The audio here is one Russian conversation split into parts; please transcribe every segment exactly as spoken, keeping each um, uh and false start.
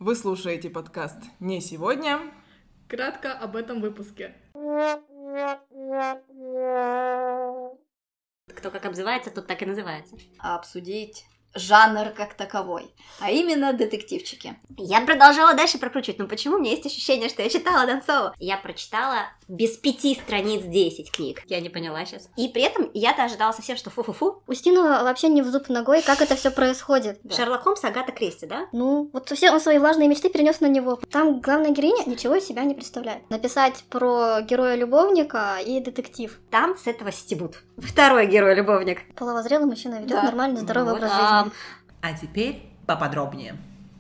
Вы слушаете подкаст «Не сегодня». Кратко об этом выпуске. Кто как обзывается, тот так и называется. Обсудить жанр как таковой, а именно детективчики. Я продолжала дальше прокручивать, но почему у меня есть ощущение, что я читала Донцову? Я прочитала без пяти страниц десять книг. Я не поняла сейчас. И при этом я-то ожидала совсем, что фу-фу-фу. Устинова вообще не в зуб ногой, как это все происходит. Да. Шерлок Холмс, Агата Кристи, да? Ну, вот все он свои влажные мечты перенес на него. Там главная героиня ничего из себя не представляет. Написать про героя-любовника и детектив. Там с этого стебут. Второй герой-любовник. Половозрелый мужчина ведет Да. нормальный, здоровый Вот, образ а... жизни. А теперь поподробнее.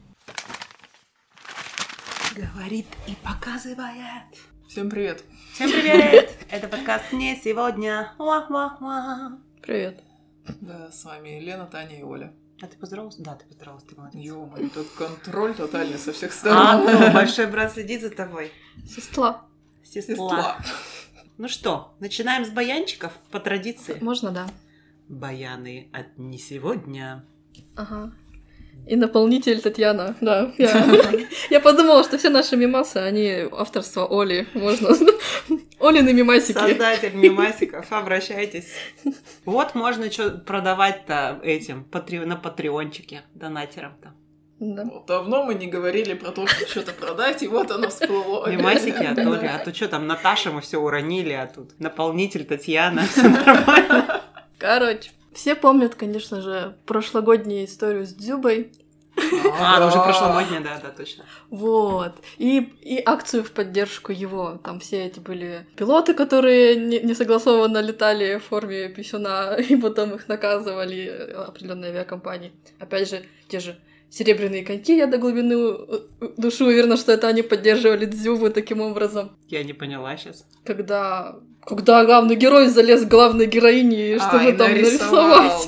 Говорит и показывает. Всем привет. Всем привет! Это подкаст «Не сегодня». Уа-уа-уа. Привет. Да, с вами Лена, Таня и Оля. А ты поздоровался? Да, ты поздоровался, ты молодец. Ё-моё, тут контроль тотальный со всех А, сторон. ну, большой брат следит за тобой. Сестла. Сестла. Сестла. Ну что, начинаем с баянчиков по традиции. Можно, да. Баяны от «Не сегодня». Ага. И наполнитель Татьяна, да. Я, я подумала, что все наши мемасы, они авторство Оли. Можно. Олины мемасики. Создатель мемасиков, обращайтесь. Вот можно что продавать-то этим патре- на патреончике, донатерам-то. Да. Вот давно мы не говорили про то, что что-то продать, и вот оно всплыло. Мемасики от Оли. А то что там, Наташа мы все уронили, а тут наполнитель Татьяна. Все нормально. Короче, все помнят, конечно же, прошлогоднюю историю с Дзюбой. А, ну уже прошлогодняя, да, да, точно. Вот. И, и акцию в поддержку его. Там все эти были пилоты, которые не, не согласованно летали в форме писюна, и потом их наказывали определенные авиакомпании. Опять же, те же серебряные коньки, я до глубины души уверена, что это они поддерживали Дзюбу таким образом. Я не поняла сейчас. Когда... Когда главный герой залез к главной героине, чтобы Ай, там нарисовал, нарисовать.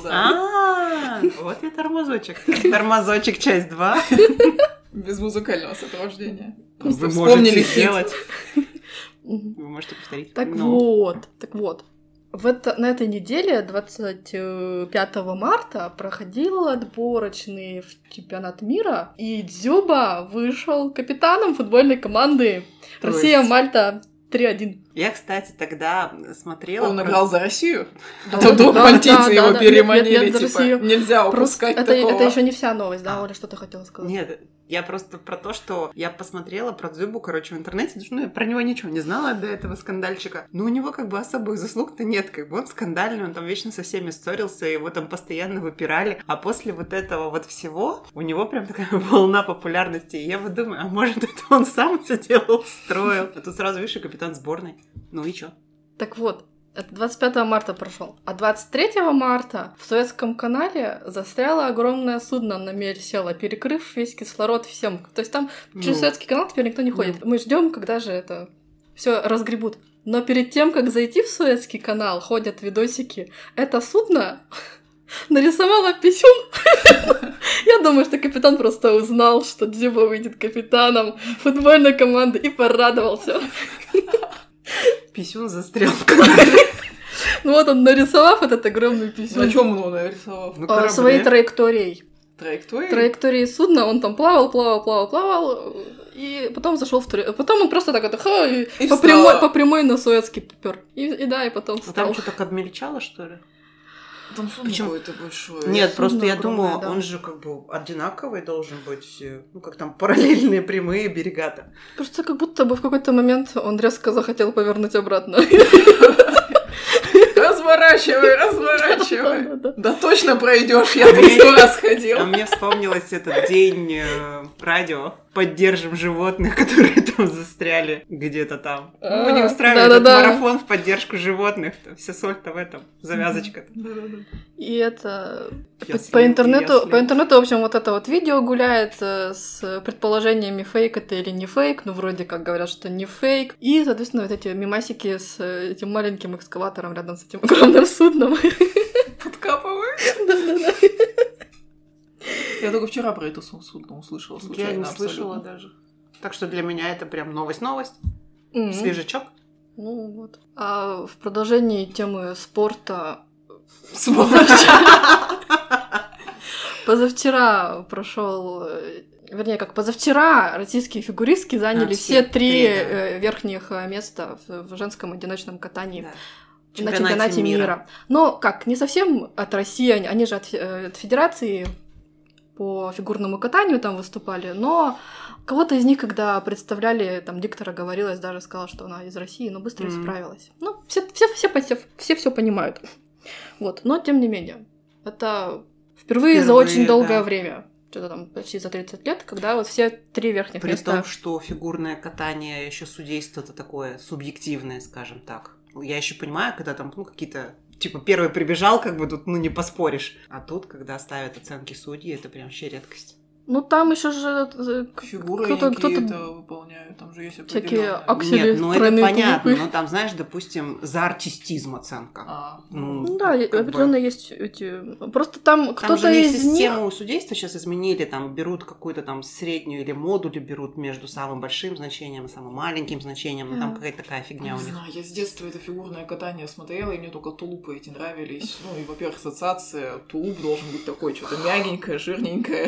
А, да. вот я тормозочек. Тормозочек, часть два. Без музыкального сопровождения. Вы Просто можете вспомнили хит. сделать. Мгм. Вы можете повторить. Так Ну. вот, так вот. В это, на этой неделе, двадцать пятого марта, проходил отборочный в чемпионат мира, и Дзюба вышел капитаном футбольной команды То есть- Россия-Мальта три один. Я, кстати, тогда смотрела... Он про- играл за Россию? Да, А то вдруг да, мальтийцы да, его да, переманили, нет, нет, за типа, Россию. нельзя Просто упускать это, такого. это еще не вся новость, да, А. Оля, что ты хотела сказать? Нет, я просто про то, что я посмотрела про Дзюбу, короче, в интернете, ну, я про него ничего не знала до этого скандальчика. Но у него как бы особых заслуг-то нет, как бы он скандальный, он там вечно со всеми ссорился, его там постоянно выпирали. А после вот этого вот всего у него прям такая волна популярности. И я вот думаю, а может это он сам все делал, строил? А тут сразу, видишь, и капитан сборной. Ну и чё? Так вот, это двадцать пятого марта прошел. А двадцать третьего марта в Суэцком канале застряло огромное судно на мель село, перекрыв весь кислород всем. То есть там через Ну. Суэцкий канал теперь никто не ходит. Мы ждем, когда же это все разгребут. Но перед тем, как зайти в Суэцкий канал, ходят видосики. Это судно нарисовало писюн. Я думаю, что капитан просто узнал, что Дзюба выйдет капитаном футбольной команды и порадовался. Писюн застрял в канале. Ну вот он, нарисовав этот огромный На писюн чем он нарисовал? Ну, а, корабле. своей траекторией. Траектория? Траекторией судна, он там плавал, плавал, плавал, плавал, и потом зашел в туре. Потом он просто так это ха, и И по, встал. прямой, по прямой на Суэцкий попёр. И, и да, и потом А встал. там что-то так обмельчало, что ли? Там судно Почему? какое-то большое. Нет, Судно просто я огромное, думаю, да. он же как бы одинаковый должен быть, э, ну как там параллельные прямые берега-то. Просто как будто бы в какой-то момент он резко захотел повернуть обратно. Разворачивай, разворачивай. Да-да-да. Да точно пройдешь, я тут сто раз ходил. А мне вспомнилось этот день э, радио. Поддержим животных, которые там застряли где-то там. Ну, они А, устраивают этот да-да-да. марафон в поддержку животных. Вся соль-то в этом, завязочка-то. И это Я по, слил, по интернету, я слил. по интернету, в общем, вот это вот видео гуляет э, с предположениями, фейк это или не фейк, ну, вроде как говорят, что не фейк. И, соответственно, вот эти мемасики с э, этим маленьким экскаватором рядом с этим огромным судном. Подкапывай. Да-да-да. Я только вчера про это су- судно услышала Я случайно. не слышала абсолютно. даже. Так что для меня это прям новость-новость. Мгм. Свежачок. Ну вот. А в продолжении темы спорта Смотришь. позавчера прошел вернее, как позавчера российские фигуристки заняли А, все все три три, да. э, верхних э, места в, в женском одиночном катании. Да. На Чемпионате чемпионате мира. мира. Но как, не совсем от России, они, они же от, э, от федерации по фигурному катанию там выступали, но кого-то из них, когда представляли, там диктора говорилось, даже сказала, что она из России, но быстро Мгм. исправилась. Ну, все, все, все, все, все все понимают. Вот, но тем не менее, это впервые, за Впервые, очень долгое да. время, что-то там почти за тридцать лет, когда вот все три верхних При места... том, что фигурное катание, еще судейство это такое субъективное, скажем так. Я еще понимаю, когда там ну, какие-то типа первый прибежал, как бы тут ну не поспоришь. А тут, когда ставят оценки судьи, это прям вообще редкость. Ну, там еще же э, Фигуры кто-то, какие-то кто-то выполняют, там же есть всякие определенные. аксели. Нет, ну это тройные понятно, тулупы. но там, знаешь, допустим, за артистизм оценка. А, Ну, Ну да, как бы. определенно есть эти... Просто там Там кто-то же они из них... систему судейства сейчас изменили, там берут какую-то там среднюю или модуль берут между самым большим значением и самым маленьким значением, ну там Ага. какая-то такая фигня не у них. знаю, я с детства это фигурное катание смотрела, и мне только тулупы эти нравились. Ну, и, во-первых, ассоциация, тулуп должен быть такой, что-то мягенькое, жирненькое.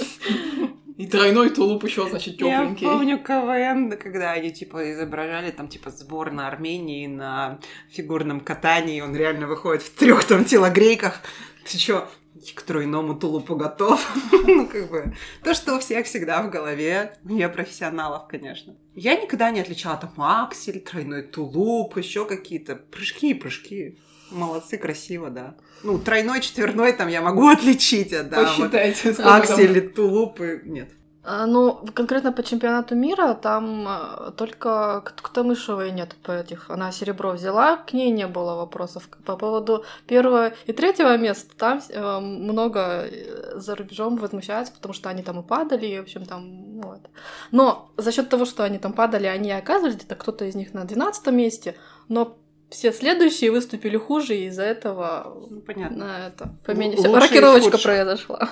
И тройной тулуп еще, значит, тепленький. Я помню КВН, когда они типа изображали там типа сборная Армении на фигурном катании, и он реально выходит в трех там телогрейках. Ты чё, к тройному тулупу готов? Ну, как бы, то, что у всех всегда в голове, не профессионалов, конечно. Я никогда не отличала там аксель, тройной тулуп, еще какие-то прыжки и прыжки. Молодцы, красиво, да. Ну, тройной, четверной там я могу отличить, а, да. вот Посчитайте, сколько там. аксели, тулупы, нет. А, ну, конкретно по чемпионату мира там а, только к, к Тамышевой нет по этих. Она серебро взяла, к ней не было вопросов. По поводу первого и третьего места там э, много за рубежом возмущаются, потому что они там и падали, и, в общем, там, вот. Но за счет того, что они там падали, они оказывались где-то кто-то из них на двенадцатом месте, но все следующие выступили хуже, и из-за этого Ну, понятно. на это поменьше Лучшие из рокировочка худших. произошла.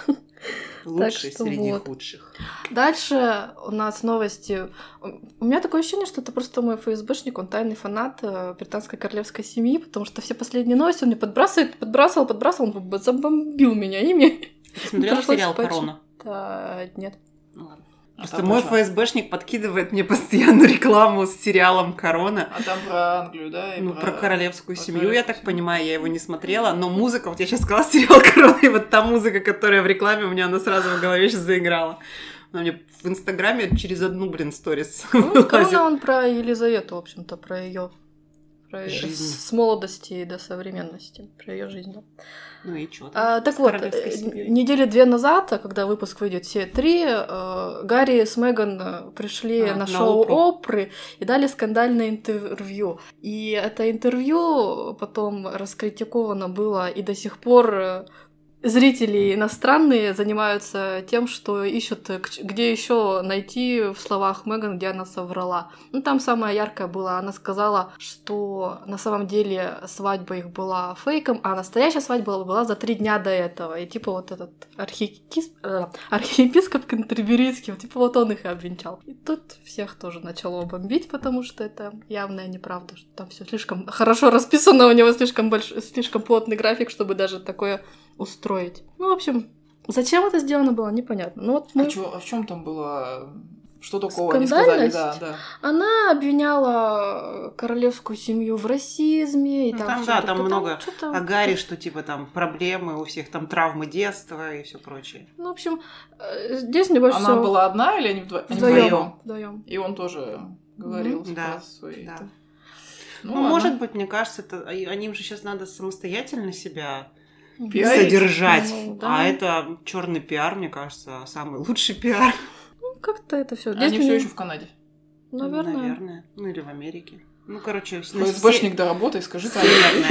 Лучший что среди вот. худших. Дальше у нас новости. У меня такое ощущение, что это просто мой ФСБшник, он тайный фанат э, британской королевской семьи, потому что все последние новости он мне подбрасывает, подбрасывал, подбрасывал, он б- забомбил меня ими. Ты смотрела Пришлось сериал почитать. «Корона»? Да, нет. Ну ладно. А Просто там мой про- ФСБшник подкидывает мне постоянно рекламу с сериалом «Корона». А там про Англию, да? и Ну, про королевскую про семью, я королевскую так семью. понимаю, я его не смотрела, но музыка, вот я сейчас сказала сериал «Корона», и вот та музыка, которая в рекламе, у меня она сразу в голове сейчас заиграла. Она мне в Инстаграме через одну, блин, сторис Ну, вылазит. Корона он про Елизавету, в общем-то, про ее Жизнь. с молодости до современности, про ее жизнь. Да. Ну и чё там? А, так С вот, королевской э, семьей. недели две назад, а когда выпуск выйдет все три, э, Гарри с Меган э, пришли А, на на шоу Опру. Опры и дали скандальное интервью. И это интервью потом раскритиковано было, и до сих пор э, зрители иностранные занимаются тем, что ищут, э, к- где еще найти в словах Меган, где она соврала. Ну, там самое яркое было, она сказала, что на самом деле свадьба их была фейком, а настоящая свадьба была за три дня до этого. И типа вот этот архиекис- э, архиепископ Кентерберийский, вот, типа вот он их и обвенчал. И тут всех тоже начало бомбить, потому что это явная неправда, что там все слишком хорошо расписано, у него слишком большой, слишком плотный график, чтобы даже такое устроить. Ну, в общем, зачем это сделано было, непонятно. Ну, вот мы... А, чё, а в чем там было? Что такого они сказали? Скандальность? Да, да. Она обвиняла королевскую семью в расизме. И Ну, там там, в да, чём-то там много что-то- А Гарри, что типа там проблемы у всех, там травмы детства и все прочее. Ну, в общем, э, здесь мне больше Она всего... была одна или они вдво- они вдвоем. вдвоем? Вдвоем. И он тоже говорил Мгм. про Да, свои... да. это. Ну, ладно. может быть, мне кажется, это а- они же сейчас надо самостоятельно себя Пиарить? содержать. Ну, да. А это черный пиар, мне кажется, самый лучший пиар. Ну, как-то это все. Они все еще в Канаде. Наверное. Наверное. Ну или в Америке. Ну, короче, ФСБшник, доработай, скажи там.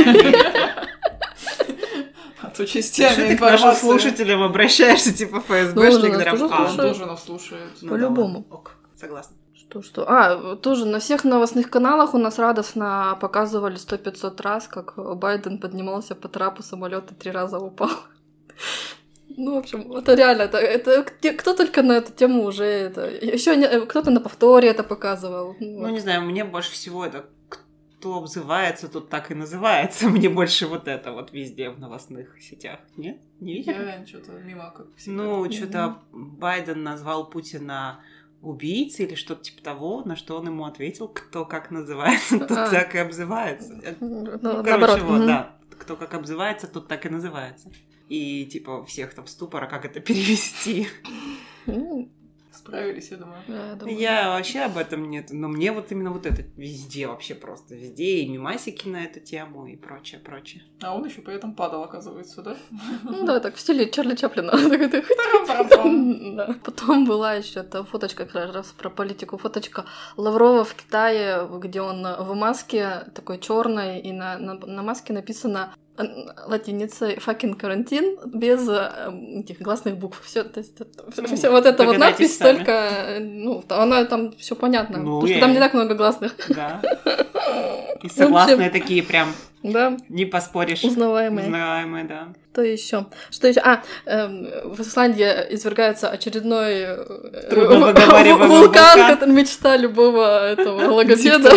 А то Что частями ты к нашим информация. слушателям обращаешься, типа Ну, ФСБшник, нас драм- тоже А, Он слушают. тоже нас слушает. ну да По-любому. ладно. Ок, согласна. Что, что? А, тоже на всех новостных каналах у нас радостно показывали сто-пятьсот раз, как Байден поднимался по трапу самолета, три раза упал. Ну, в общем, это реально, это, это где- кто только на эту тему уже это. Еще кто-то на повторе это показывал. Ну, не знаю, мне больше всего это что обзывается, тут так и называется. Мне больше вот это вот везде в новостных сетях. Нет? Не видели? Я что-то мимо как всегда. Ну, что-то Байден назвал Путина убийцей или что-то типа того, на что он ему ответил, кто как называется, тот А. так и обзывается. Ну, Ну, наоборот. короче, вот, Мгм. да. Кто как обзывается, тот так и называется. И, типа, всех там ступора, как это перевести. Ну, Справились, я думаю. да, я думаю. Я вообще об этом нет. Но мне вот именно вот это везде вообще просто. Везде и мемасики на эту тему и прочее, прочее. А он еще при этом падал, оказывается, да? Ну да, так в стиле Чарли Чаплина. Парам-парам. Да. Потом была еще эта фоточка как раз про политику. Фоточка Лаврова в Китае, где он в маске такой черной, и на, на, на маске написано э, латиницей «fucking карантин» без э, этих гласных букв. Все, то есть, Ну, все вот эта вот догадайтесь надпись сами. только, э, ну, она там все понятно, Ну, потому что я- там не так много гласных. Да. И согласные такие прям, Да, не поспоришь. узнаваемые. Узнаваемые, да. Что еще? Что еще? А, эм, в Исландии извергается очередной э, Трудно ву- выговариваемый вулкан, вулкан. который мечта любого этого логопеда.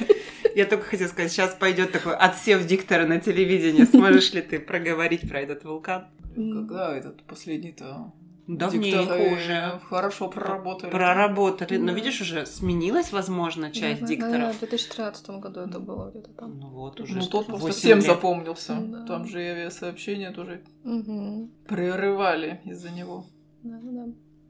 Я только хотела сказать, сейчас пойдет такой отсев диктора на телевидении. Сможешь ли ты проговорить про этот вулкан? Когда этот последний-то Давненько дикторы уже хорошо проработали. проработали. Но Да. видишь, уже сменилась, возможно, часть Да, дикторов. наверное, в две тысячи тринадцатом году это было где-то там. Ну вот, уже Ну, тот просто восемь всем лет. запомнился. Да. Там же и авиасообщения тоже Мгм. прерывали из-за него. Да, да.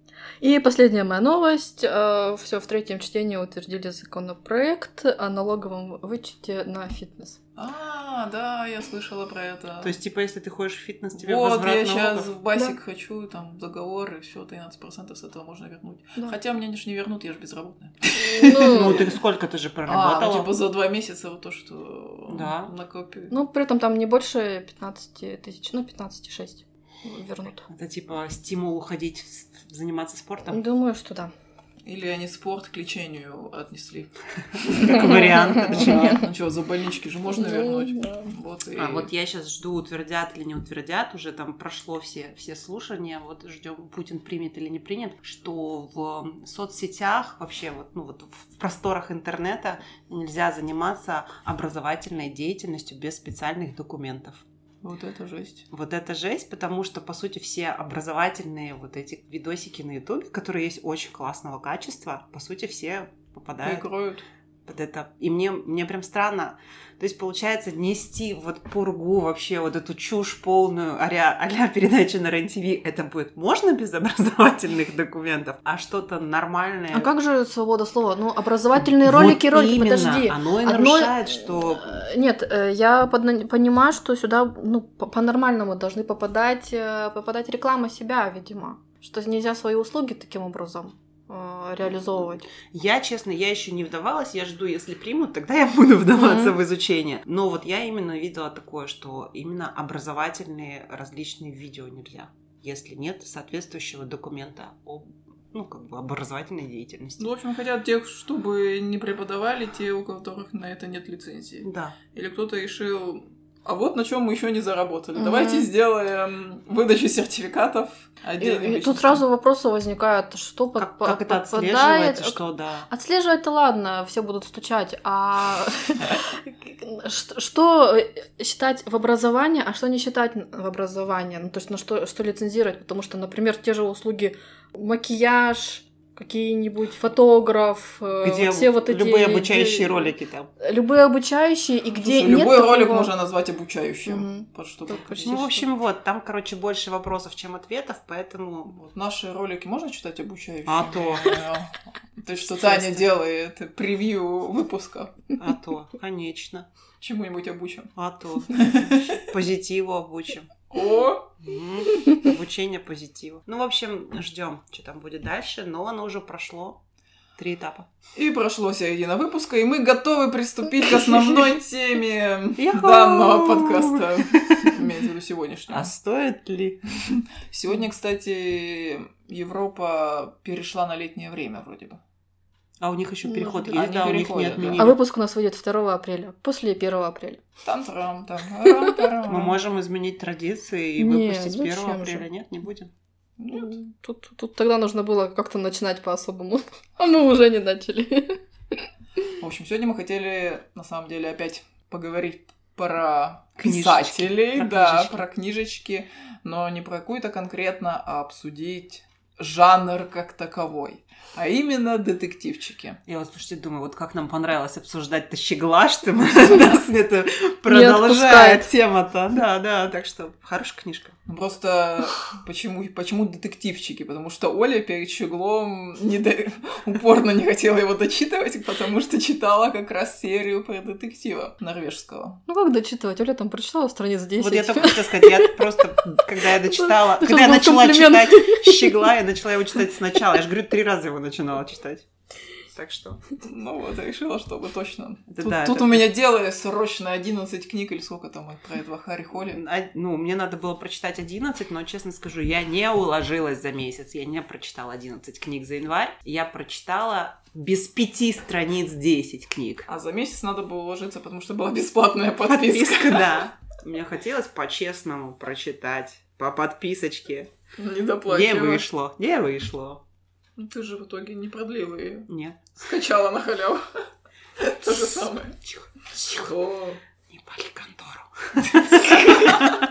И последняя моя новость. Все в третьем чтении утвердили законопроект о налоговом вычете на фитнес. А, да, я слышала про это. То есть, типа, если ты ходишь в фитнес, тебе вот, возврат я налогов? сейчас в басик хочу, там договор, и все, тринадцать процентов с этого можно вернуть. Да. Хотя мне же не вернут, я же безработная. Ну, ты сколько ты же А, проработала? ну, типа за два месяца вот то, что Да. накопили. Ну, при этом там не больше пятнадцати тысяч, ну, пятнадцать шесть вернут. Это типа стимул уходить в- заниматься спортом? Думаю, что да. Или они спорт к лечению отнесли. Как вариант, даже нет. Ну что, за больнички же можно вернуть. Да. Вот, и... А вот я сейчас жду, утвердят или не утвердят, уже там прошло все, все слушания, вот ждем, Путин примет или не примет, что в соцсетях, вообще вот, ну, вот в просторах интернета нельзя заниматься образовательной деятельностью без специальных документов. Вот это жесть. Вот это жесть, потому что, по сути, все образовательные вот эти видосики на Ютубе, которые есть очень классного качества, по сути, все попадают Прикроют. под это. И мне, мне прям странно. То есть, получается, нести вот пургу вообще, вот эту чушь полную а-ля, а-ля передачи на РЕН-ТВ, это будет можно без образовательных документов, а что-то нормальное... А как же свобода слова? Ну, образовательные Вот ролики, ролики, именно, подожди. оно и Одно- нарушает, что... Э, Нет, э, я подна- понимаю, что сюда, ну, по- по-нормальному должны попадать, э, попадать реклама себя, видимо. Что нельзя свои услуги таким образом э, реализовывать. Я, честно, я еще не вдавалась, я жду, если примут, тогда я буду вдаваться Мгм. в изучение. Но вот я именно видела такое, что именно образовательные различные видео нельзя, если нет соответствующего документа о, ну, как бы образовательной деятельности. Ну, в общем, хотят тех, чтобы не преподавали те, у которых на это нет лицензии. Да. Или кто-то решил, а вот на чем мы еще не заработали. Мгм. Давайте сделаем выдачу сертификатов И, отдельным и тут личностям. сразу вопросы возникают, что под- Как, как это попадает- отслеживается, что да. Отслеживать-то ладно, все будут стучать, а ш- что считать в образовании, а что не считать в образовании? Ну, то есть на что, что лицензировать? Потому что, например, те же услуги макияж, какие-нибудь фотограф, э, Где вот все вот эти... любые обучающие где- ролики там. Любые обучающие, и где Слушай, нет любой ролик такого- можно назвать обучающим. Мгм. Под что Тут подходит. почти Ну, в что. общем, вот, там, короче, больше вопросов, чем ответов, поэтому... Вот наши ролики можно читать обучающими? А то. То есть, что Таня делает превью выпуска. А то, конечно. Чему-нибудь обучим. А то. Позитиву обучим. О! М, Обучение позитива. Ну, в общем, ждем, что там будет дальше, но оно уже прошло. Три этапа. И прошло середина выпуска, и мы готовы приступить к основной теме Яху! данного подкаста. Имеется в виду сегодняшнего. А стоит ли? Сегодня, кстати, Европа перешла на летнее время вроде бы. А у них еще переход Может, есть, они да, у них не переходят, да. отменили. А выпуск у нас выйдет второго апреля, после первого апреля. Там-тарам, там. Мы можем изменить традиции и Нет, выпустить зачем первого же? апреля. Нет, не будем. Тут, тут тогда нужно было как-то начинать по-особому. А мы уже не начали. В общем, сегодня мы хотели, на самом деле, опять поговорить про Книжечки. писателей, Про да, книжечки. про книжечки, но не про какую-то конкретно, а обсудить жанр как таковой, а именно детективчики. Я вот, слушайте, думаю, вот как нам понравилось обсуждать Тащеглаш, что нас это продолжает тема-то. Да, да, так что хорошая книжка. Ну, просто почему, почему детективчики? Потому что Оля перед Щеглом не до... упорно не хотела его дочитывать, потому что читала как раз серию про детектива норвежского. Ну как дочитывать? Оля там прочитала страниц десять. Вот я только хотела сказать, я просто, когда я дочитала, когда я был начала комплимент. читать Щегла, я начала его читать сначала. Я же говорю, три раза его начинала читать. Так что... Ну вот, я решила, чтобы точно... Это Тут, да, тут это- у меня дело срочно одиннадцать книг, или сколько там про этого Харри Холли. А, Ну, мне надо было прочитать одиннадцать, но, честно скажу, я не уложилась за месяц. Я не прочитала одиннадцать книг за январь. Я прочитала без пяти страниц десять книг. А за месяц надо было уложиться, потому что была бесплатная подписка. Подписка, да. Мне хотелось по-честному прочитать, по подписочке. Не Не доплачивала. вышло, не вышло. Ну ты же в итоге не продлила ее. Нет. Скачала на халяву. То же самое. Тихо, тихо. Что? Не пали контору.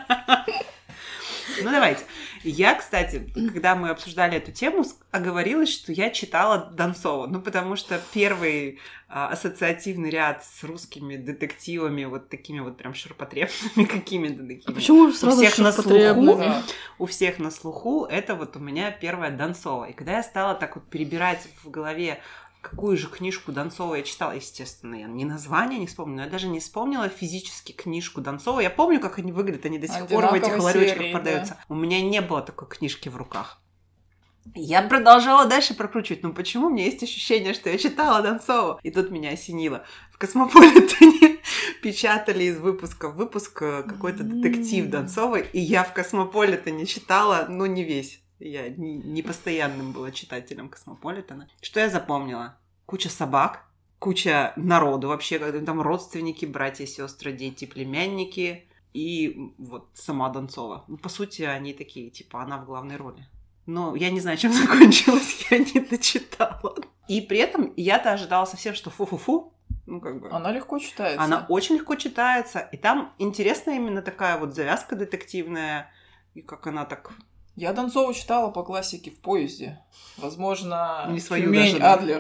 Ну, давайте. Я, кстати, когда мы обсуждали эту тему, с- оговорилась, что я читала Донцова. Ну, потому что первый а, ассоциативный ряд с русскими детективами, вот такими вот прям ширпотребными какими-то А такими. почему сразу всех на ширпотребными? слуху. Да. У всех на слуху, это вот у меня первая Донцова. И когда я стала так вот перебирать в голове, какую же книжку Донцова я читала, естественно, я ни название не вспомнила, я даже не вспомнила физически книжку Донцова. Я помню, как они выглядят, они до сих пор в этих Одинаковой ларечках серии, продаются. У меня не было такой книжки в руках. Я продолжала дальше прокручивать. Ну почему? У меня есть ощущение, что я читала Донцова. И тут меня осенило. В «Космополитене» печатали из выпуска в выпуск э, какой-то детектив Донцовой, и я в «Космополитене» читала, ну, не весь. Я не, не постоянным была читателем «Космополитена». Что я запомнила? Куча собак, куча народу вообще, когда там родственники, братья, сестры, дети, племянники и вот сама Донцова. Ну, по сути, они такие, типа, она в главной роли. Но я не знаю, чем закончилось, я не дочитала. И при этом я-то ожидала совсем, что фу-фу-фу, ну, как бы... Она легко читается. Она очень легко читается, и там интересная именно такая вот завязка детективная, и как она так... Я Донцову читала по классике в поезде. Возможно, Не свою Тюмень, даже, да? Адлер.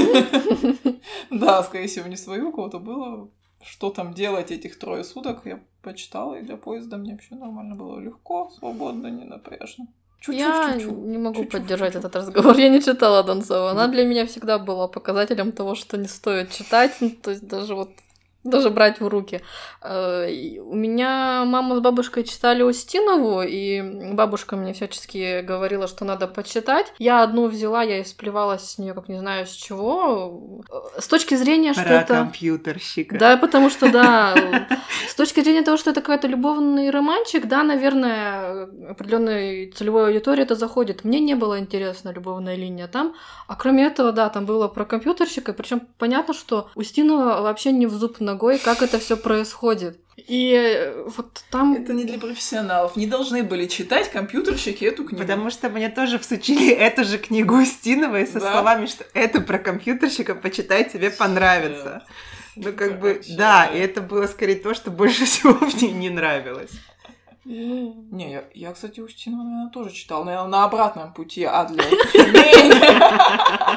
Да, скорее всего, не свою, у кого-то было. Что там делать этих трое суток, я почитала, и для поезда мне вообще нормально было. Легко, свободно, не напряжно. Я Чуть-чуть, не могу чуть-чуть, поддержать чуть-чуть. этот разговор. Я не читала Донцова. Она для меня всегда была показателем того, что не стоит читать. Ну, то есть даже вот даже брать в руки. Э, и У меня мама с бабушкой читали Устинову, и бабушка мне всячески говорила, что надо почитать. Я одну взяла, я исплевалась с нее, как не знаю с чего. Э, С точки зрения, что Про это... компьютерщика. Да, потому что, да, с точки зрения того, что это какой-то любовный романчик, да, наверное, определенной целевой аудитории это заходит. Мне не было интересна любовная линия там, а кроме этого, да, там было про компьютерщика, причем понятно, что Устинова вообще не в зуб ногой, как это все происходит. И вот там... Это не для профессионалов. Не должны были читать компьютерщики эту книгу. Потому что мне тоже всучили эту же книгу Устиновой со Да. словами, что это про компьютерщика, почитай, тебе понравится. Ну, как бы, Короче, да, да. и это было скорее то, что больше всего в ней не нравилось. ну, Не, я, я, кстати, Устинова, наверное, тоже читала. Наверное, на обратном пути Адлер. Тюмень.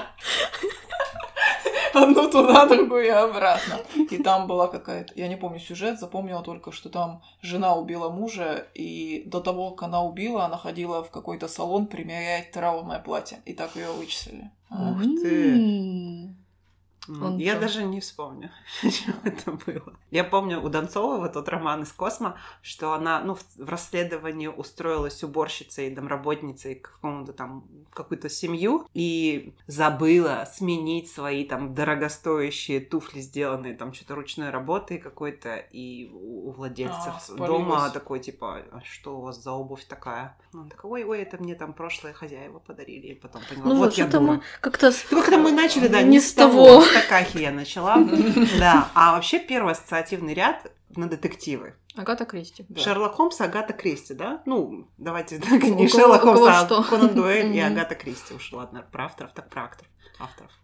Одну туда, другую обратно. И там была какая-то... Я не помню сюжет, запомнила только, что там жена убила мужа, и до того, как она убила, она ходила в какой-то салон примерять траурное платье. И так ее вычислили. Ух ты. м, Он Я чё? даже не вспомню, что это было. Я помню у Донцовой тот роман из Космо, что она, ну, в, в расследовании устроилась уборщицей, домработницей к какому-то там, какую-то семью и забыла сменить свои там дорогостоящие туфли, сделанные там что-то ручной работой какой-то, и у, у владельцев А, спалилась. дома такой, типа, а что у вас за обувь такая? Он такой, ой-ой, это мне там прошлые хозяева подарили, и потом поняла, Ну вот вот, я что-то дура. мы как-то... с- Ну, как-то мы начали, да, Не не с с того. того. С Такахи я начала. Да. А вообще первый ассоциативный ряд на детективы. Агата Кристи. Да. Шерлок Холмс и Агата Кристи, да? Ну, давайте так, У не кого- Шерлок у кого Холмс, а что. Конан Дойль и Мгм. Агата Кристи. Уж ладно, про авторов, так про акторов. Авторов.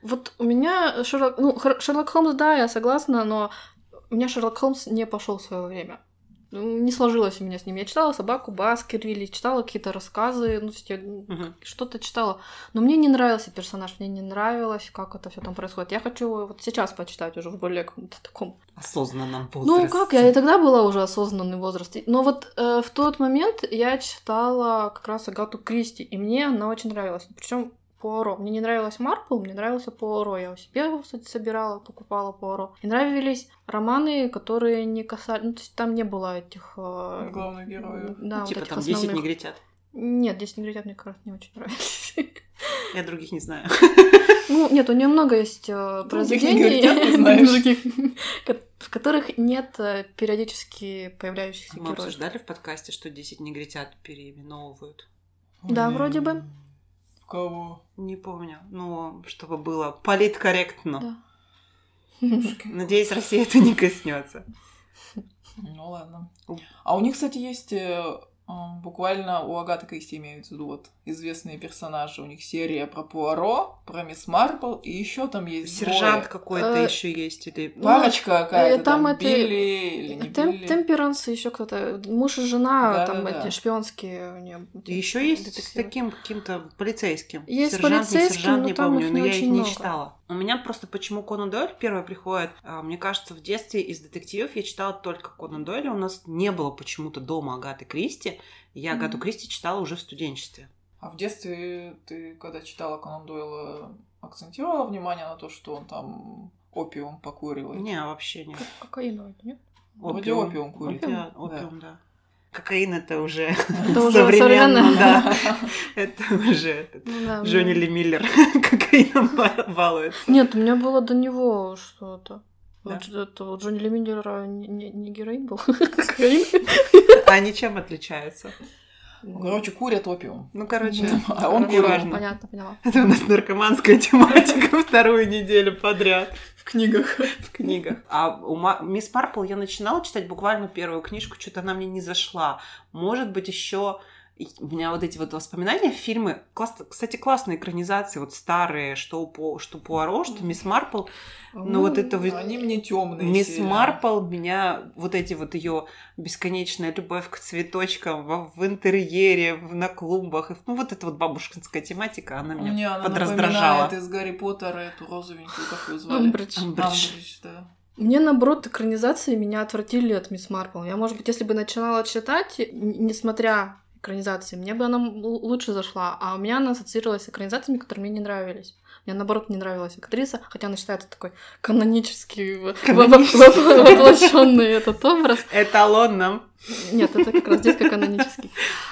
Вот у меня Шерлок... Ну, Шерлок Холмс, да, я согласна, но у меня Шерлок Холмс не пошел в свое время. Не сложилось у меня с ним. Я читала «Собаку Баскервилли», читала какие-то рассказы, ну, я uh-huh. что-то читала. Но мне не нравился персонаж, мне не нравилось, как это все там происходит. Я хочу вот сейчас почитать уже в более каком-то таком... осознанном возрасте. Ну, как, я и тогда была уже осознанный возраст. Но вот э, в тот момент я читала как раз Агату Кристи, и мне она очень нравилась. Причем Пуаро. Мне не нравилась Марпл, мне нравился Пуаро. Я у себя, кстати, собирала, покупала Пуаро. И нравились романы, которые не касались... Ну, то есть там не было этих... Э... главных героев. Да, типа вот там основных... десять негритят. Нет, десять негритят мне как раз не очень нравились. Я других не знаю. Ну, нет, у нее много есть э, произведений, в которых нет периодически появляющихся Мы героев. обсуждали в подкасте, что десять негритят переименовывают. Да, вроде бы. Кого? Не помню. Ну, чтобы было политкорректно. Да. Надеюсь, Россия это не коснется. Ну ладно. А у них, кстати, есть э, буквально у Агаты Кристи имеются в виду вот известные персонажи. У них серия про Пуаро, про Мисс Марпл, и еще там есть сержант двое. какой-то Э, еще есть или Парочка какая-то, там там, это- Билли или не Тем- Билли. Темперанс, еще кто-то. Муж и жена, Да, там да, да. эти шпионские у нее. еще есть с детективы. таким каким-то полицейским. Есть Сержант, не полицейским, сержант, но не там помню, их но не я их очень не много. читала. У меня просто почему Конан Дойль первый приходит, а, мне кажется, в детстве из детективов я читала только Конан Дойля, у нас не было почему-то дома Агаты Кристи, и я Агату Мгм. Кристи читала уже в студенчестве. А в детстве ты, когда читала Конан Дойла, акцентировала внимание на то, что он там опиум покуривает? Не, вообще нет. Кокаиновый, нет? Вроде опиум курит. Да, опиум, да. Кокаин это уже Это уже современно, современно. да. Это уже этот Ну да, Джонни да. Ли Миллер кокаином балуется. Нет, у меня было до него что-то. Да? Вот это вот Джонни Ли Миллера не, не- не героин был, кокаин. А они чем отличаются? Ну, короче, курят опиум. Ну, короче, А он не курил. важно. Понятно, поняла. Это у нас наркоманская тематика вторую неделю подряд В книгах. в книгах. А у Ма- Мисс Марпл я начинала читать буквально первую книжку, что-то она мне не зашла. Может быть, еще у меня вот эти вот воспоминания, фильмы, класс- кстати, классные экранизации, вот старые, что, у По- что Пуаро, что Мисс Марпл. Но вот это вот... Они мне темные. Мисс Марпл меня, вот эти вот ее бесконечная любовь к цветочкам в, в интерьере, в, на клумбах, и, ну вот эта вот бабушкинская тематика, она меня Мне она подраздражала. напоминает из Гарри Поттера эту розовенькую, как ее звали? Амбридж. Амбридж. Амбридж, да. Мне, наоборот, экранизации меня отвратили от Мисс Марпл. Я, может быть, если бы начинала читать, н- несмотря экранизации, мне бы она м- л- лучше зашла. А у меня она ассоциировалась с экранизациями, которые мне не нравились. Мне, наоборот, не нравилась актриса, хотя она считается такой канонический, в- Канонический. в- воплощенный этот образ. Эталонном. Нет, это как раз здесь как канонический.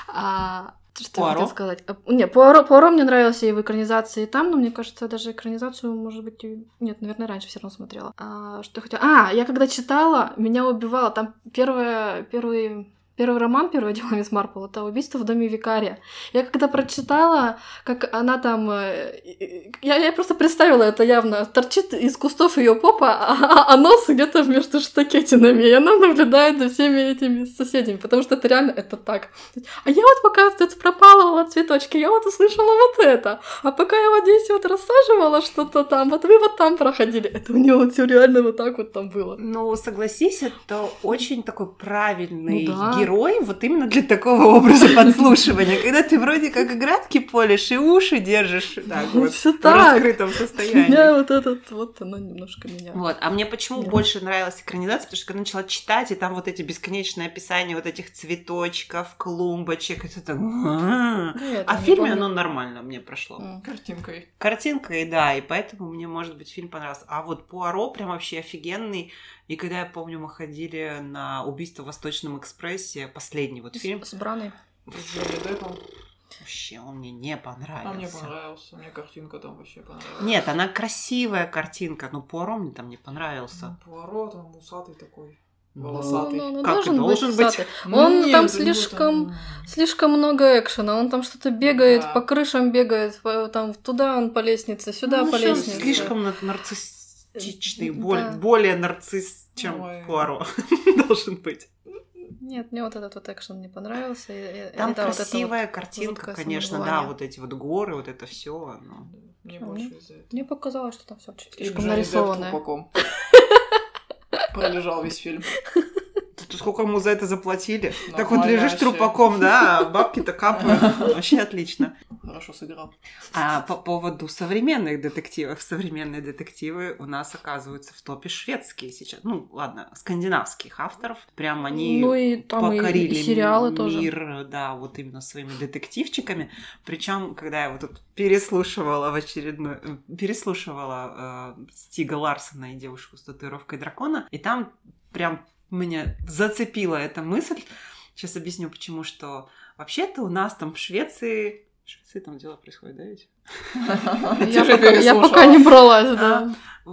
А, что я Пуаро? хотела сказать? А, Не, Пуаро, Пуаро мне нравился и в экранизации, и там, но мне кажется, даже экранизацию, может быть, и- нет, наверное, раньше все равно смотрела. А, что я хотела? А, я когда читала, меня убивало. Там первое, первый, первый роман, первое дело Мисс Марпл, это «Убийство в доме викария». Я когда прочитала, как она там... э, Я, я просто представила это явно. Торчит из кустов ее попа, а, а нос где-то между штакетинами. И она наблюдает за всеми этими соседями, потому что это реально это так. А я вот пока тут пропалывала цветочки, я вот услышала вот это. А пока я вот здесь вот рассаживала что-то там, вот вы вот там проходили. Это у нее вот все реально вот так вот там было. Ну, согласись, это очень такой правильный Ну да. герой, вот именно для такого образа подслушивания, когда ты вроде как градки полишь и уши держишь так вот Всё в так. раскрытом состоянии. Меня вот этот вот, оно немножко меня... Вот. А мне почему Нет. больше нравилась экранизация? Потому что когда начала читать, и там вот эти бесконечные описания вот этих цветочков, клумбочек, это так... Да, я А там в не фильме помню. оно нормально мне прошло. М. Картинкой. Картинкой, да, и поэтому мне, может быть, фильм понравился. А вот Пуаро прям вообще офигенный. И когда, я помню, мы ходили на «Убийство в Восточном экспрессе», последний вот фильм, С, с Браной. С Джонни Деппом. вообще он мне не понравился. А мне понравился. Мне картинка там вообще понравилась. Нет, она красивая картинка, но Пуаро мне там не понравился. Ну, Пуаро там усатый такой. Ну, Волосатый. Ну, ну, Как и должен, должен быть. быть. усатый. Ну, Он нет, там у него слишком, там- слишком много экшена. Он там что-то бегает, Да. по крышам бегает, по- там туда он по лестнице, сюда Ну, по что он лестнице. слишком нар- нарциссичный, Да. боль- более нарцисс, чем Ой. Пуаро должен быть. Нет, мне вот этот вот экшен не понравился. и- и- Там и да, вот это красивая вот картинка, жуткое конечно, да, самовнушение. вот эти вот горы, вот это все. Мне А, больше мне- из-за этого. Мне показалось, что там все И слишком Джонни Депп нарисованное. трупаком. Пролежал весь фильм. Тут сколько ему за это заплатили? Так вот Нормально лежишь вообще. трупаком, да, а бабки-то капают. Вообще отлично. Хорошо сыграл. А по поводу современных детективов. Современные детективы у нас оказываются в топе шведские сейчас. Ну, ладно, скандинавских авторов. Прям они Ну и там и- покорили и сериалы тоже. мир, да, вот именно своими детективчиками. Причем, когда я вот тут переслушивала в очередной... Переслушивала э, Стига Ларсона и девушку с татуировкой дракона, и там прям меня зацепила эта мысль. Сейчас объясню, почему, что вообще-то у нас там в Швеции... В Швеции там дела происходят, да, ведь? Я Ты же пока, я переслушала. пока не бралась, да.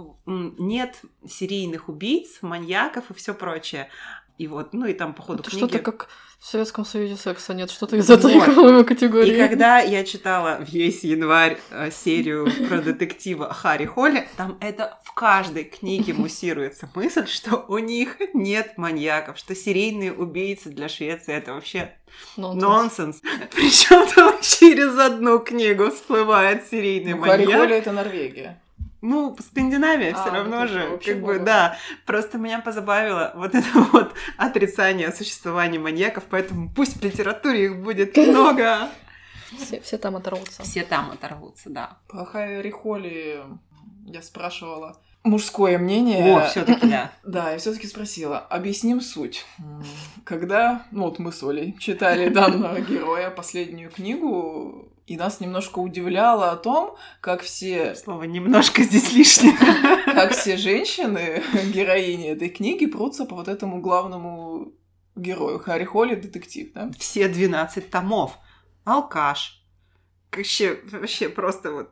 М, Нет серийных убийц, маньяков и все прочее. И вот, ну и там по ходу Это книги... что-то как в Советском Союзе секса нет, что-то из этой, Вот. по-моему, категории. И когда я читала весь январь э, серию про детектива Харри Холли, там это в каждой книге муссируется мысль, что у них нет маньяков, что серийные убийцы для Швеции это вообще Нонсенс. нонсенс. Причем там через одну книгу всплывает серийный Ну, Харри маньяк. Холли — это Норвегия. Ну, Скандинавия А, все равно ну, это же, вообще как бы, было. да. Просто меня позабавило вот это вот отрицание существования маньяков, поэтому пусть в литературе их будет много. Все, все там оторвутся. Все там оторвутся, да. По Харри Холли я спрашивала мужское мнение. О, все таки да. Да, я все-таки спросила, объясним суть. М, Когда, ну вот мы с Олей читали данного героя, последнюю книгу, и нас немножко удивляло о том, как все, Слово «немножко» здесь лишнее. как все женщины, героини этой книги, прутся по вот этому главному герою. Харри Холли — детектив, да? Все двенадцать томов. Алкаш. Вообще, вообще просто вот...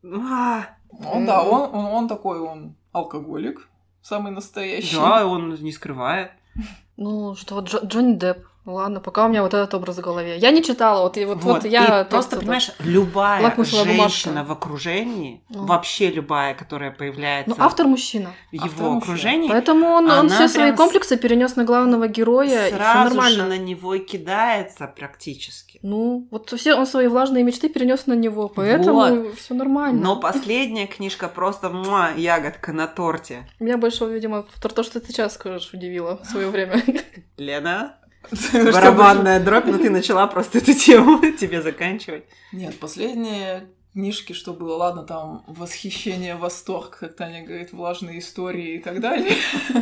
а. Он, да, он, он, он такой, он алкоголик, самый настоящий. Да, он не скрывает. Ну, что вот Джо- Джонни Депп. Ладно, пока у меня вот этот образ в голове. Я не читала, вот, и вот, вот, Вот, я... и тот, просто, кто- понимаешь, любая лакмусовая женщина бумажка. в окружении, Ну. вообще любая, которая появляется Ну, автор мужчина. в автор его мужчина. окружении, Поэтому он, он она все свои прям с- комплексы перенес на главного героя, и все сразу же нормально. на него и кидается практически. Ну, вот все он свои влажные мечты перенес на него, поэтому все нормально. Но последняя книжка просто муа, ягодка на торте. Меня больше, видимо, про то, что ты сейчас скажешь, удивило в свое время. Лена, Чтобы- барабанная дробь, но ты начала просто эту тему тебе заканчивать. Нет, последние книжки, что было, ладно, там восхищение, восторг, как Таня говорит, влажные истории и так далее.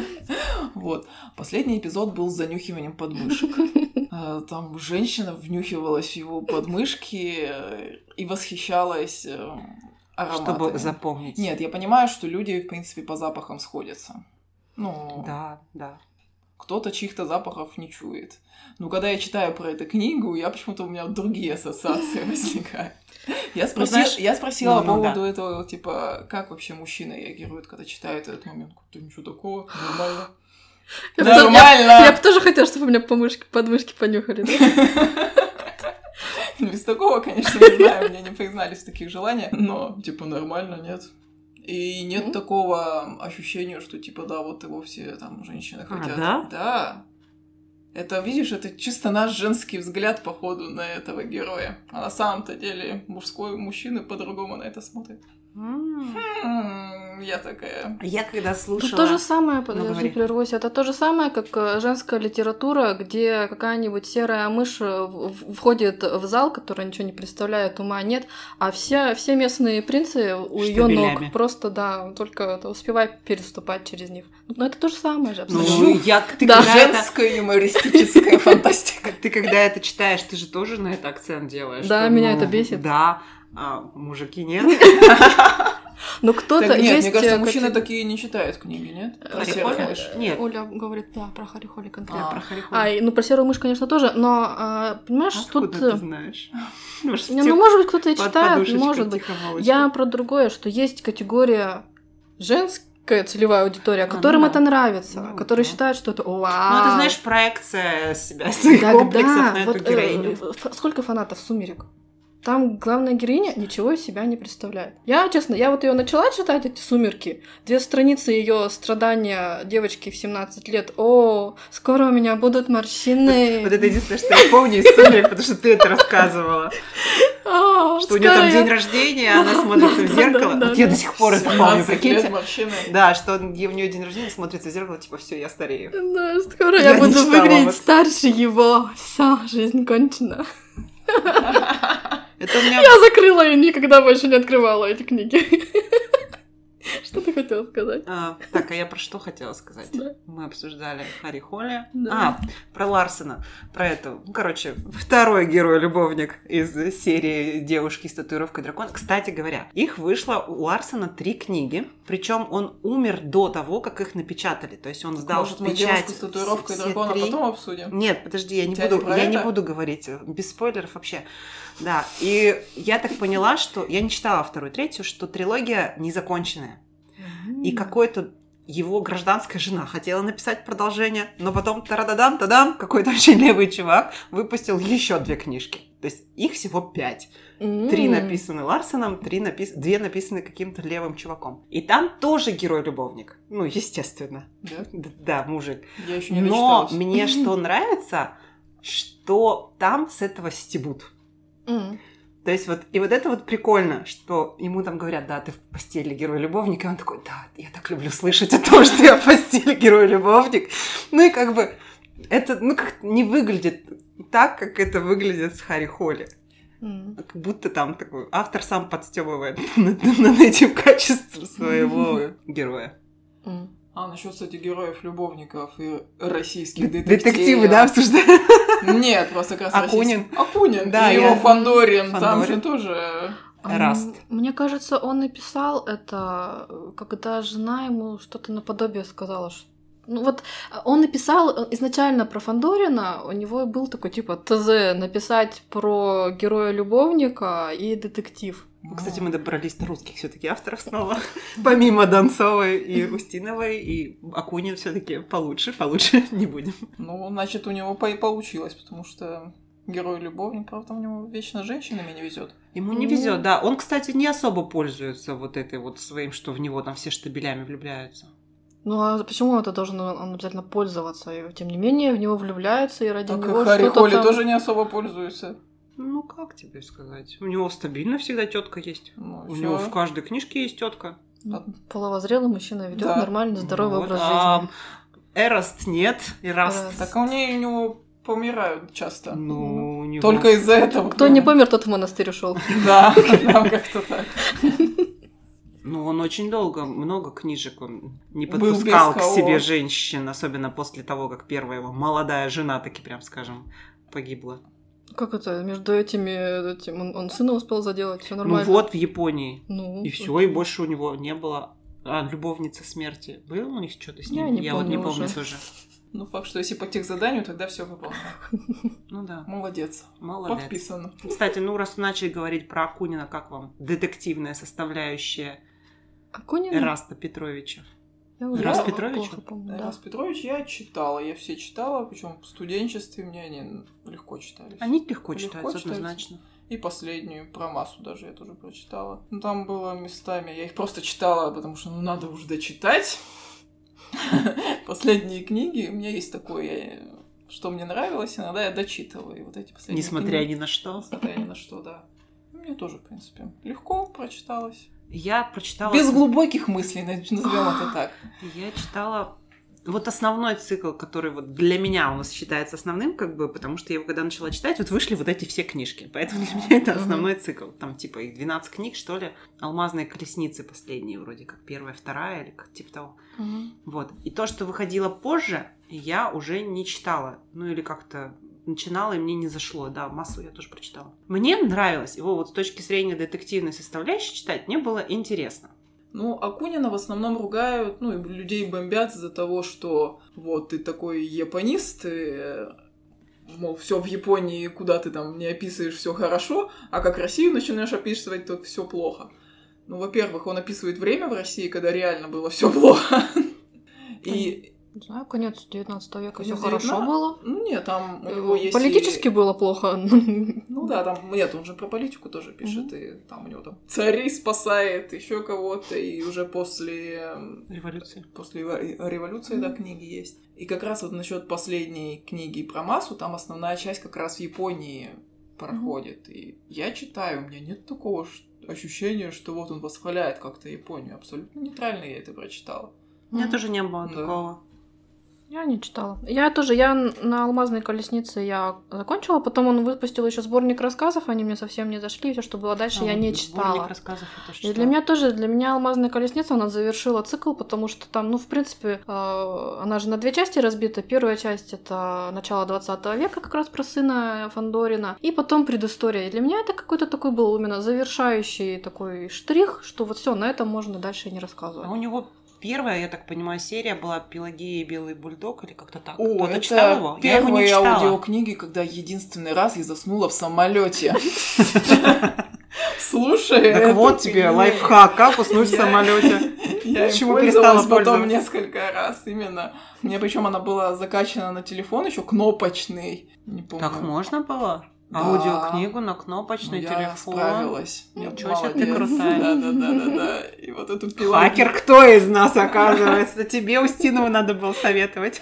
Вот. Последний эпизод был с занюхиванием подмышек. Э, Там женщина внюхивалась в его подмышки э, и восхищалась э, ароматами. Чтобы запомнить. Нет, я понимаю, что люди, в принципе, по запахам сходятся. Ну, Да, да. кто-то чьих-то запахов не чует. Но когда я читаю про эту книгу, я почему-то у меня другие ассоциации возникают. Я спросила, знаешь, я спросила ну, по ну, поводу да. этого, типа, как вообще мужчины реагируют, когда читают этот момент. Да ничего такого, нормально. Я бы тоже- Нормально! Я бы тоже хотела, чтобы у меня помышки, подмышки понюхали. да? Без такого, конечно, не знаю, мне не признались таких желаний, но, типа, нормально, нет. И нет Мгм. такого ощущения, что, типа, да, вот его все там женщины А, хотят. да? Да. Это, видишь, это чисто наш женский взгляд, походу, на этого героя. А на самом-то деле мужской мужчина по-другому на это смотрит. М. М, Я такая... Я когда Тут слушала... то же самое, Ну, подожди, говори. прервусь, это то же самое, как э, женская литература, где какая-нибудь серая мышь э, в- в- входит в зал, которая ничего не представляет, ума нет, а все, все местные принцы у ее Штабелями. ног просто, да, только это успевай переступать через них. Но это то же самое же, Ну, абсолютно. я, ты, Да. когда это, Женская юмористическая фантастика. ты когда это читаешь, ты же тоже на это акцент делаешь. Да, что, меня ну, это бесит. Да, а мужики нет. Но кто-то Так нет, есть... мне кажется, э, мужчины какие- такие не читают книги, нет? Про Харри серых Холли? мышь. Нет. Оля говорит, да, про Харри Холли конкретно. А, Про Харри Холли. А, и, ну про серую мышь, конечно, тоже, но, а, понимаешь, Откуда тут... ты э, знаешь? Может, Не, в ну, тех- может быть, кто-то и под читает, подушечкой может быть. тихомолочка. Я про другое, что есть категория женская целевая аудитория, А, которым ну это да. нравится, Ну, которые да. считают, что это вау. Ну, это, знаешь, проекция себя, своих Да, комплексов да, на эту вот, э, героиню. ф- сколько фанатов «Сумерек»? Там главная героиня ничего из себя не представляет. Я, честно, я вот ее начала читать, эти «Сумерки». Две страницы ее страдания девочки в семнадцать лет. О, скоро у меня будут морщины. Вот это единственное, что я помню из «Сумерек», потому что ты это рассказывала. Что у нее там день рождения, она смотрится в зеркало. Я до сих пор это помню, прикиньте. Да, что у нее день рождения, смотрится в зеркало, типа, все, я старею. Да, скоро я буду выглядеть старше его. Все, жизнь кончена. Это у меня... Я закрыла и никогда больше не открывала эти книги. Что ты хотела сказать? А, так, а я про что хотела сказать? Да. Мы обсуждали Харри Холли. Да. А, про Ларсена. Про эту. Ну, короче, второй герой-любовник из серии «Девушки с татуировкой дракона». Кстати говоря, их вышло у Ларсена три книги. Причем он умер до того, как их напечатали. То есть он сдал Может, в мы печать «Девушку с татуировкой все дракона» три. потом обсудим? Нет, подожди, я не, Тебя буду, не я не это? буду говорить. Без спойлеров вообще. Да, и я так поняла, что... Я не читала вторую, третью, что трилогия незаконченная. И какой-то его гражданская жена хотела написать продолжение, но потом тарададам тадам какой-то очень левый чувак выпустил еще две книжки. То есть их всего пять. Три написаны Ларсеном, три напис... две написаны каким-то левым чуваком. И там тоже герой-любовник. Ну, естественно. Да? Д- Да, мужик. Я еще не Но дочиталась. мне что нравится, что там с этого стебут. М. То есть вот, и вот это вот прикольно, что ему там говорят, да, ты в постели герой-любовник, и он такой, да, я так люблю слышать о том, что я в постели герой-любовник. Ну и как бы это, ну, как не выглядит так, как это выглядит с Харри Холли. М. Как будто там такой автор сам подстёбывает над, над этим качеством своего героя. М. А, насчет, кстати, героев-любовников и российских детективов. Детективы, да, обсуждаем? Нет, просто как раз Акунин. российских. Акунин, Да, и его я- Фандорин, там Фандорин. же тоже... А, Раст. м, Мне кажется, он написал это, когда жена ему что-то наподобие сказала. что- Ну вот он написал изначально про Фандорина, у него был такой типа ТЗ написать про героя-любовника и детектив. Кстати, мы добрались до русских все-таки авторов снова. Помимо Донцовой и Устиновой, и Акунин все-таки получше, получше не будем. Ну, значит, у него по- и получилось, потому что герой-любовник, правда, у него вечно женщинами не везет. Ему не везет, да. Он, кстати, не особо пользуется вот этой вот своим, что в него там все штабелями влюбляются. Ну а почему это должен он обязательно пользоваться? И тем не менее в него влюбляются, и ради Так и него Харри что-то Холли там... тоже не особо пользуется. Ну, как тебе сказать? У него стабильно всегда тетка есть. Ну, У всё. него в каждой книжке есть тетка. Ну, половозрелый мужчина ведет Да. нормальный, здоровый Вот. образ А, жизни. Эраст нет, Эраст. Эраст. Так а у нее у него помирают часто. Ну, у него... Только из-за этого. Кто не помер, тот в монастырь ушел. Да, там как-то так. Ну, он очень долго, много книжек он не Был подпускал без к кого. себе женщин, особенно после того, как первая его молодая жена, таки прям скажем, погибла. Как это? Между этими, этим он, он сына успел заделать, все нормально. Ну вот, в Японии. Ну, И все, и больше у него не было. А, любовница смерти. Было у них что-то с ним? Я не вот не помню помню уже. тоже. Ну, факт, что если по техзаданию, тогда все выполнено. Ну да, Молодец. молодец. Подписано. Кстати, ну раз начали говорить про Акунина, как вам детективная составляющая Акунин? Эраста Петровича? Я уже Раз плохо Петрович? помню, да. Раз Петрович я читала, я все читала, причем в студенчестве мне они легко читались. Они легко Легко читаются, читаются. однозначно. И последнюю про массу даже я тоже прочитала. Ну там было местами, я их просто читала, потому что ну надо уже дочитать. Последние книги, у меня есть такое, что мне нравилось, иногда я дочитываю. И вот эти последние Несмотря книги, ни на что. несмотря ни на что, да. Мне тоже, в принципе, легко прочиталось. Я прочитала... Без глубоких мыслей, назовем это так. Я читала... Вот основной цикл, который вот для меня у нас считается основным, как бы, потому что я его когда начала читать, вот вышли вот эти все книжки. Поэтому для меня это основной цикл. Там типа их двенадцать книг, что ли. «Алмазные колесницы» последние вроде как. Первая, вторая или как типа того. Мгм. Вот. И то, что выходило позже, я уже не читала. Ну или как-то начинала, и мне не зашло. Да, массу я тоже прочитала. Мне нравилось его вот с точки зрения детективной составляющей читать. Мне было интересно. Ну, Акунина в основном ругают, ну, и людей бомбят из-за того, что вот ты такой японист, и, э, мол, все в Японии, куда ты там не описываешь, все хорошо, а как Россию начинаешь описывать, то все плохо. Ну, во-первых, он описывает время в России, когда реально было все плохо. И, Не знаю, конец девятнадцатого века все Конец хорошо девятнадцатого было. ну, нет, там у него есть... Политически и- было плохо. Ну да, там, нет, он же про политику тоже пишет, mm-hmm. и там у него там цари спасает, еще кого-то, и уже после... Революции. После революции, mm-hmm. да, книги есть. И как раз вот насчет последней книги про массу, там основная часть как раз в Японии проходит. Mm-hmm. И я читаю, у меня нет такого ощущения, что вот он восхваляет как-то Японию. Абсолютно нейтрально я это прочитала. У меня mm-hmm. тоже не было да. такого. Я не читала. Я тоже, я на «Алмазной колеснице» я закончила, потом он выпустил еще сборник рассказов, они мне совсем не зашли, все, что было дальше, а, я не читала. Сборник рассказов я тоже читала. И для меня тоже, для меня «Алмазная колесница», она завершила цикл, потому что там, ну, в принципе, э, она же на две части разбита. Первая часть — это начало двадцатого века, как раз про сына Фандорина, и потом предыстория. И для меня это какой-то такой был именно завершающий такой штрих, что вот все, на этом можно дальше не рассказывать. А у него... Первая, я так понимаю, серия была «Пелагея и белый бульдог» или как-то так. О, Кто-то это читал его? Я его не первые читала. аудиокниги, когда единственный раз я заснула в самолете. Слушай, так вот тебе лайфхак, как уснуть в самолете. Я им пользовалась потом несколько раз именно. Мне причем она была закачана на телефон, еще кнопочный. Так можно было? Да. Аудиокнигу на кнопочный ну, телефон. Я справилась. Ничего себе, ты крутая. Да-да-да-да. И вот эту пилу. Хакер кто из нас, оказывается? Тебе Устинову надо было советовать.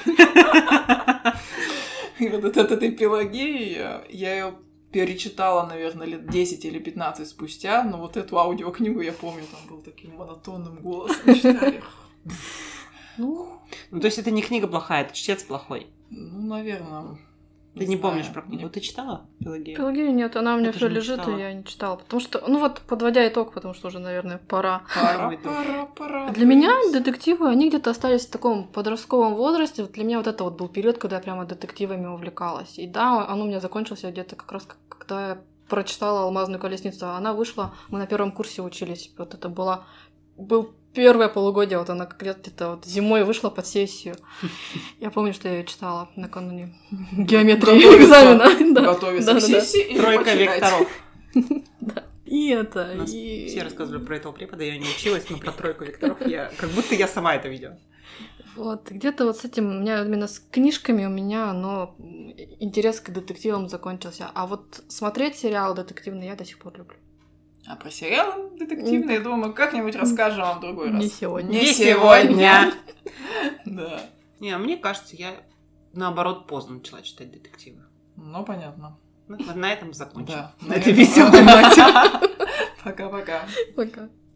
И вот от этой Пелагеи я ее перечитала, наверное, лет десять или пятнадцать спустя, но вот эту аудиокнигу я помню, там был таким монотонным голосом читали. Ну, то есть это не книга плохая, это чтец плохой. Ну, наверное... Ты не, не помнишь про книгу? Ты читала Пелагею? Пелагею нет, она у меня все лежит, и я не читала. Потому что, ну вот, подводя итог, потому что уже, наверное, пора. Пора, пора, пора. Для меня детективы, они где-то остались в таком подростковом возрасте. Вот для меня вот это вот был период, когда я прямо детективами увлекалась. И да, он у меня закончился где-то как раз, когда я прочитала «Алмазную колесницу». Она вышла, мы на первом курсе учились. Вот это была... был первое полугодие, вот она где-то вот зимой вышла под сессию. Я помню, что я ее читала накануне геометрии экзамена. Готовится к сессии. Тройка векторов. И это... Все рассказывали про этого препода, я не училась, но про тройку векторов я... Как будто я сама это видела. Вот, где-то вот с этим, у меня именно с книжками у меня, но интерес к детективам закончился. А вот смотреть сериал детективный я до сих пор люблю. А про сериалы детективные, я думаю, как-нибудь расскажем вам в другой раз. Не сегодня. Не сегодня. Да. Не, мне кажется, я наоборот поздно начала читать детективы. Ну, понятно. На этом закончим. Да. На этой веселой ноте. Пока-пока. Пока.